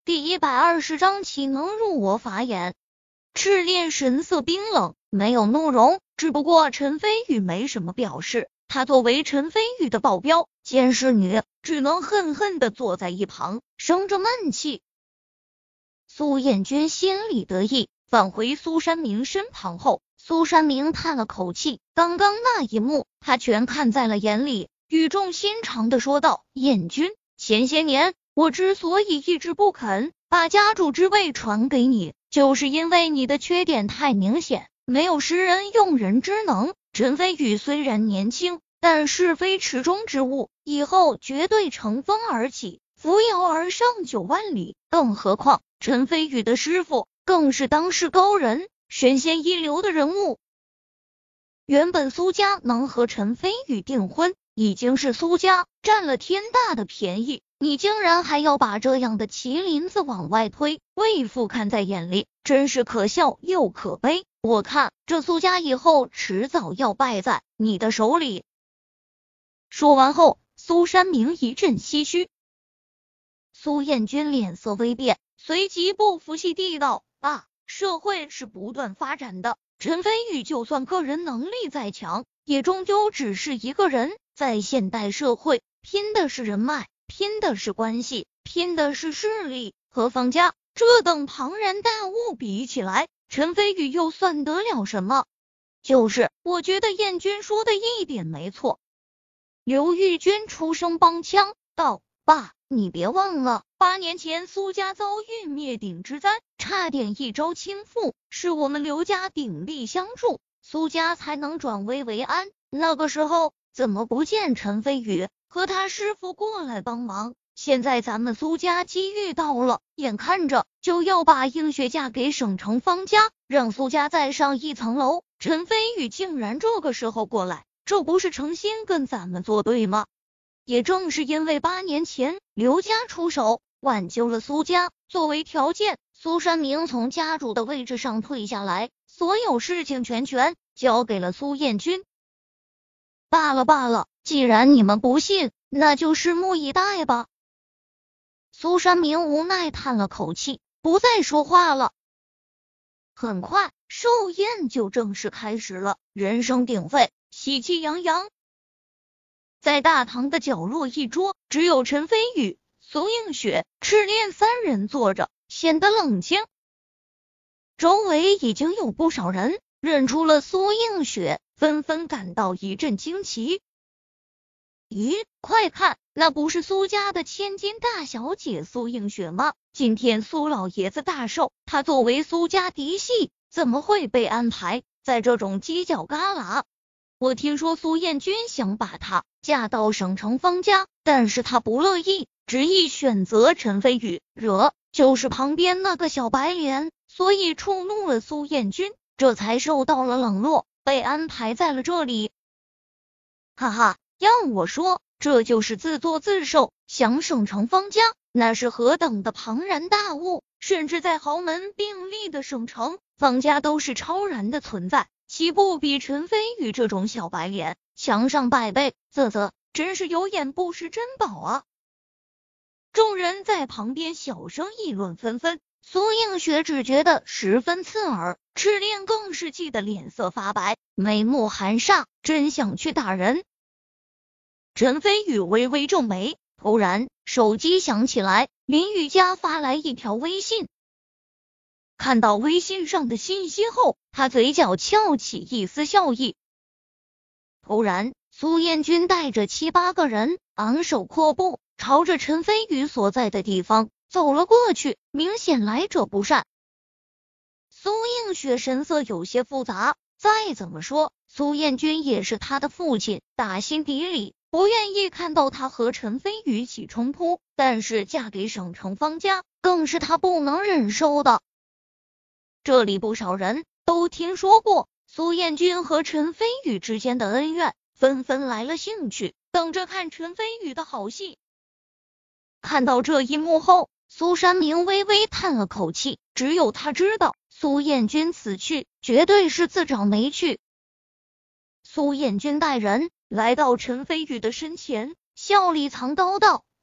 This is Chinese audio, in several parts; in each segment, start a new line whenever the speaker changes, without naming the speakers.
第120章岂能入我法眼？赤练神色冰冷，没有怒容，只不过陈飞宇没什么表示。他作为陈飞宇的保镖、监视女，只能恨恨地坐在一旁，生着闷气。苏彦君心里得意，返回苏山明身旁后，苏山明叹了口气，刚刚那一幕，他全看在了眼里，语重心长地说道：“彦君，前些年我之所以一直不肯把家主之位传给你，就是因为你的缺点太明显，没有识人用人之能。陈飞宇虽然年轻，但是非池中之物，以后绝对乘风而起，扶摇而上9万里。更何况陈飞宇的师傅更是当世高人，神仙一流的人物。原本苏家能和陈飞宇订婚，已经是苏家占了天大的便宜，你竟然还要把这样的麒麟子往外推，为父看在眼里，真是可笑又可悲。我看这苏家以后迟早要败在你的手里。”说完后，苏山明一阵唏嘘。苏彦君脸色微变，随即不服气地道：“爸，社会是不断发展的，陈飞宇就算个人能力再强，也终究只是一个人。在现代社会，拼的是人脉，拼的是关系，拼的是势力，和方家这等庞然大物比起来，陈飞宇又算得了什么？我觉得彦君说的一点没错。”刘玉娟出声帮腔道：“爸，你别忘了，8年前苏家遭遇灭顶之灾，差点一朝倾覆，是我们刘家鼎力相助，苏家才能转危为安。那个时候怎么不见陈飞宇和他师傅过来帮忙？现在咱们苏家机遇到了，眼看着就要把映雪嫁给省城方家，让苏家再上一层楼，陈飞宇竟然这个时候过来，这不是诚心跟咱们作对吗？”也正是因为8年前刘家出手挽救了苏家，作为条件，苏山明从家主的位置上退下来，所有事情全权交给了苏彦君。罢了，既然你们不信，那就拭目以待吧。苏山明无奈叹了口气，不再说话了。很快，寿宴就正式开始了，人声鼎沸，喜气洋洋。在大堂的角落一桌，只有陈飞宇、苏映雪、赤练3人坐着，显得冷清。周围已经有不少人认出了苏映雪，纷纷感到一阵惊奇。咦，快看，那不是苏家的千金大小姐苏映雪吗？今天苏老爷子大寿，她作为苏家嫡系，怎么会被安排在这种犄角旮旯？我听说苏彦君想把她嫁到省城方家，但是她不乐意，执意选择陈飞宇，惹就是旁边那个小白脸，所以触怒了苏彦君，这才受到了冷落，被安排在了这里。哈哈，要我说，这就是自作自受，想省城方家那是何等的庞然大物，甚至在豪门并立的省城，方家都是超然的存在，岂不比陈飞宇这种小白脸强上100倍？真是有眼不识珍宝啊！众人在旁边小声议论纷纷，苏映雪只觉得十分刺耳，赤练更是气得脸色发白，眉目含煞，真想去打人。陈飞宇微微皱眉，突然手机响起来，林雨佳发来一条微信。看到微信上的信息后，他嘴角翘起一丝笑意。突然，苏彦君带着7、8个人昂首阔步，朝着陈飞宇所在的地方走了过去，明显来者不善。苏映雪神色有些复杂，再怎么说，苏彦君也是他的父亲，打心底里不愿意看到他和陈飞宇起冲突，但是嫁给省城方家，更是他不能忍受的。这里不少人都听说过苏彦君和陈飞宇之间的恩怨，纷纷来了兴趣，等着看陈飞宇的好戏。看到这一幕后，苏山明微微叹了口气，只有他知道，苏彦君此去绝对是自找没趣。苏彦君带人来到陈飞宇的身前，笑里藏刀道：“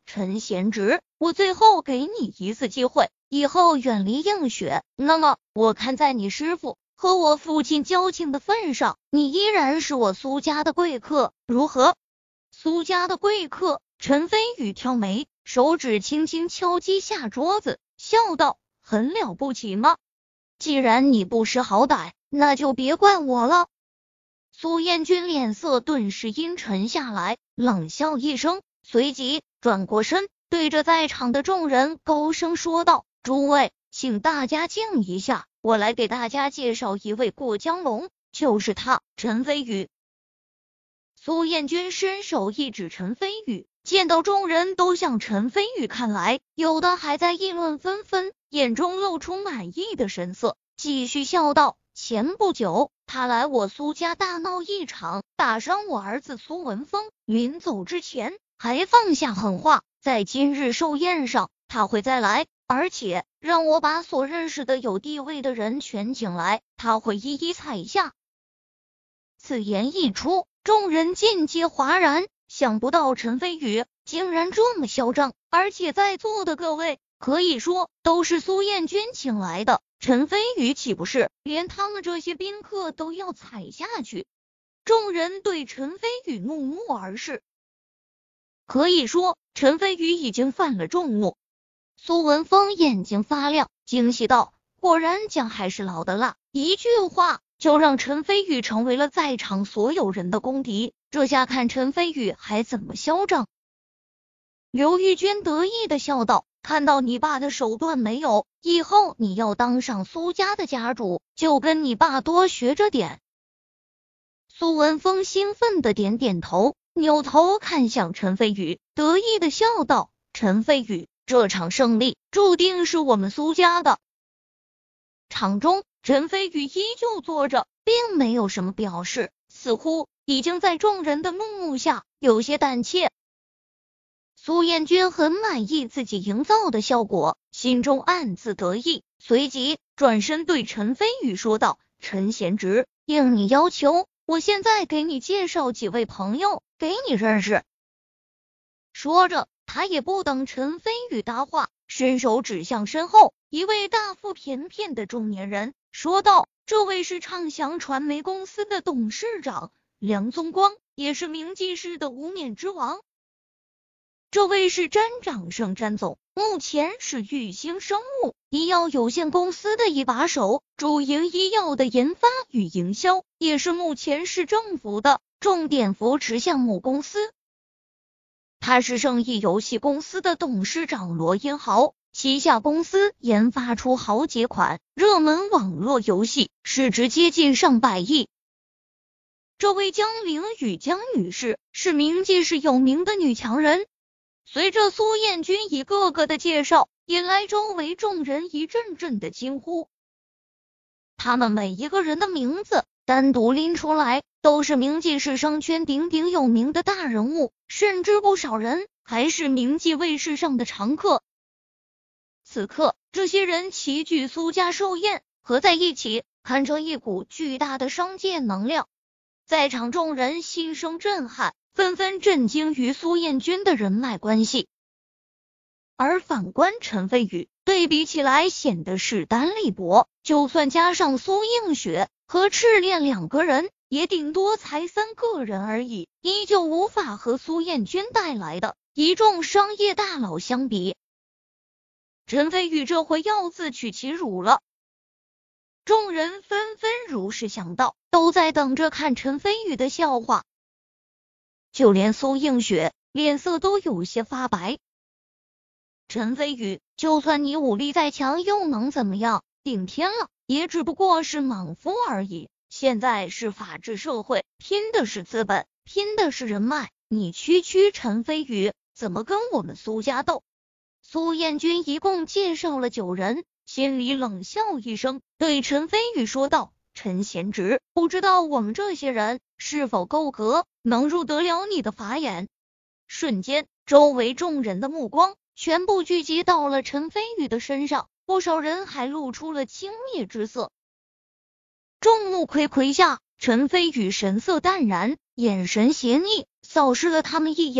陈贤直，我最后给你一次机会，以后远离映雪，那么我看在你师父和我父亲交情的份上，你依然是我苏家的贵客，如何？苏家的贵客？陈飞宇挑眉，手指轻轻敲击下桌子，笑道：很了不起吗？既然你不识好歹，那就别怪我了。苏彦君脸色顿时阴沉下来，冷笑一声，随即转过身，对着在场的众人高声说道：诸位，请大家静一下，我来给大家介绍一位过江龙，就是他，陈飞宇。苏彦君伸手一指陈飞宇，见到众人都向陈飞宇看来，有的还在议论纷纷，眼中露出满意的神色，继续笑道：前不久他来我苏家大闹一场，打伤我儿子苏文峰，临走之前还放下狠话，在今日寿宴上他会再来，而且让我把所认识的有地位的人全请来，他会一一采下。此言一出，众人尽皆哗然，想不到陈飞宇竟然这么嚣张，而且在座的各位可以说都是苏彦君请来的，陈飞宇岂不是连他们这些宾客都要踩下去？众人对陈飞宇怒目而视，可以说陈飞宇已经犯了众怒。苏文峰眼睛发亮，惊喜道：果然姜还是老的辣，一句话就让陈飞宇成为了在场所有人的公敌，这下看陈飞宇还怎么嚣张。刘玉娟得意的笑道：看到你爸的手段没有？以后你要当上苏家的家主，就跟你爸多学着点。苏文峰兴奋的点点头，扭头看向陈飞宇，得意的笑道：陈飞宇，这场胜利注定是我们苏家的。场中陈飞宇依旧坐着，并没有什么表示，似乎已经在众人的怒目下有些胆怯。苏彦君很满意自己营造的效果，心中暗自得意，随即转身对陈飞宇说道：陈贤直，应你要求，我现在给你介绍几位朋友给你认识。说着，他也不等陈飞宇答话，伸手指向身后一位大腹便便的中年人，说道：这位是畅享传媒公司的董事长梁宗光，也是明记市的无冕之王。这位是詹长胜詹总，目前是玉兴生物医药有限公司的一把手，主营医药的研发与营销，也是目前市政府的重点扶持项目公司。他是盛益游戏公司的董事长罗英豪，旗下公司研发出好几款热门网络游戏，市值接近上百亿。这位江玲宇江女士是明记市有名的女强人。随着苏彦君一个个的介绍，引来周围众人一阵阵的惊呼。他们每一个人的名字单独拎出来，都是明记市商圈鼎鼎有名的大人物，甚至不少人还是明记卫视上的常客。此刻，这些人齐聚苏家寿宴，合在一起，看成一股巨大的商界能量。在场众人心生震撼，纷纷震惊于苏彦君的人脉关系。而反观陈飞宇，对比起来显得势单力薄，就算加上苏映雪和赤练两个人，也顶多才3个人而已，依旧无法和苏彦君带来的一众商业大佬相比。陈飞宇这回要自取其辱了。众人纷纷如是想到，都在等着看陈飞宇的笑话。就连苏映雪脸色都有些发白。陈飞宇，就算你武力再强又能怎么样？顶天了也只不过是莽夫而已。现在是法治社会，拼的是资本，拼的是人脉，你区陈飞宇怎么跟我们苏家斗？苏彦君一共介绍了9人，心里冷笑一声，对陈飞宇说道：陈贤直，不知道我们这些人是否够格，能入得了你的法眼？瞬间，周围众人的目光全部聚集到了陈飞宇的身上，不少人还露出了轻蔑之色。众目睽睽下，陈飞宇神色淡然，眼神邪逆，扫视了他们一眼，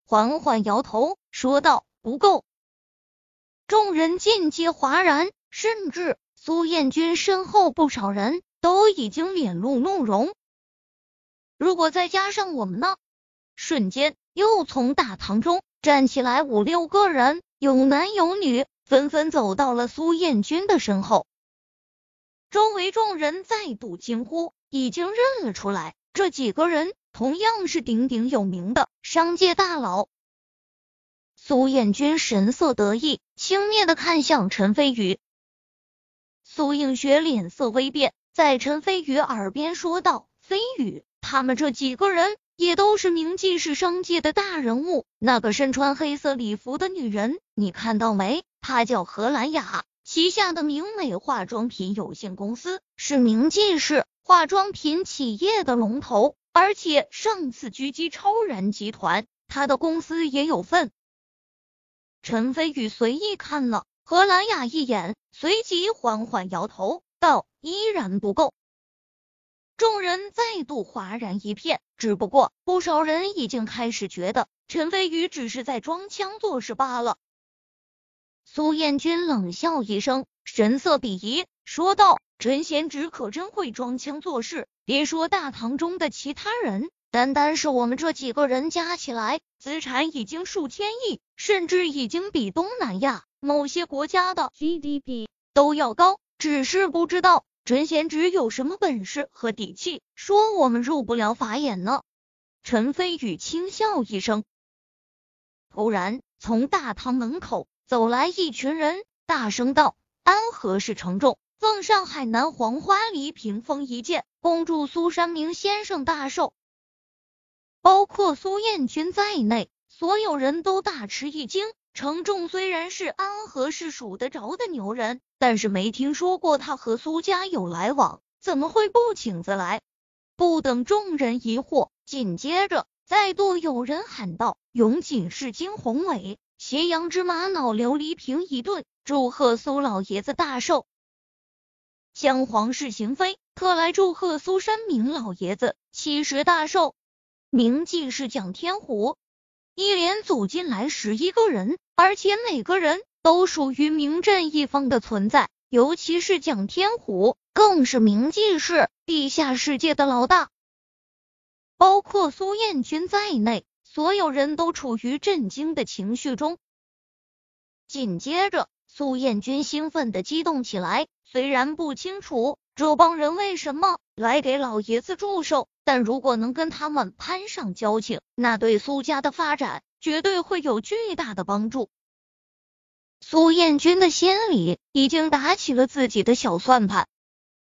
缓缓摇头，说道：“不够。”众人尽皆哗然，甚至苏彦君身后不少人都已经脸露怒容。如果再加上我们呢？瞬间，又从大堂中站起来5、6个人，有男有女，纷纷走到了苏彦君的身后。周围众人再度惊呼，已经认了出来，这几个人同样是鼎鼎有名的商界大佬。苏彦君神色得意，轻蔑地看向陈飞宇。苏映雪脸色微变，在陈飞宇耳边说道：“飞宇，他们这几个人也都是名记是商界的大人物。那个身穿黑色礼服的女人，你看到没？她叫何兰雅，旗下的明美化妆品有限公司是名记是化妆品企业的龙头，而且上次狙击超然集团，她的公司也有份。”陈飞宇随意看了何兰雅一眼，随即缓缓摇头道：“依然不够。”众人再度哗然一片，只不过不少人已经开始觉得陈飞宇只是在装腔作势罢了。苏彦君冷笑一声，神色鄙夷，说道：“陈贤直可真会装腔作势，别说大堂中的其他人，单单是我们这几个人加起来，资产已经数千亿，甚至已经比东南亚某些国家的 GDP 都要高，只是不知道陈贤直有什么本事和底气，说我们入不了法眼呢。”陈飞宇轻笑一声。突然，从大堂门口走来一群人，大声道：“安和市承重，奉上海南黄花梨屏风一件，恭祝苏山明先生大寿。”包括苏彦君在内，所有人都大吃一惊。承重虽然是安和市数得着的牛人，但是没听说过他和苏家有来往，怎么会不请自来？不等众人疑惑，紧接着再度有人喊道：“永锦市金宏伟，斜阳之玛瑙琉璃瓶一顿，祝贺苏老爷子大寿。将皇室行妃，特来祝贺苏山明老爷子70大寿。”名记是蒋天虎。一连走进来11个人，而且每个人都属于名震一方的存在，尤其是蒋天虎，更是名记是地下世界的老大。包括苏彦君在内，所有人都处于震惊的情绪中。紧接着，苏彦君兴奋地激动起来，虽然不清楚这帮人为什么来给老爷子祝寿，但如果能跟他们攀上交情，那对苏家的发展绝对会有巨大的帮助。苏彦君的心里已经打起了自己的小算盘，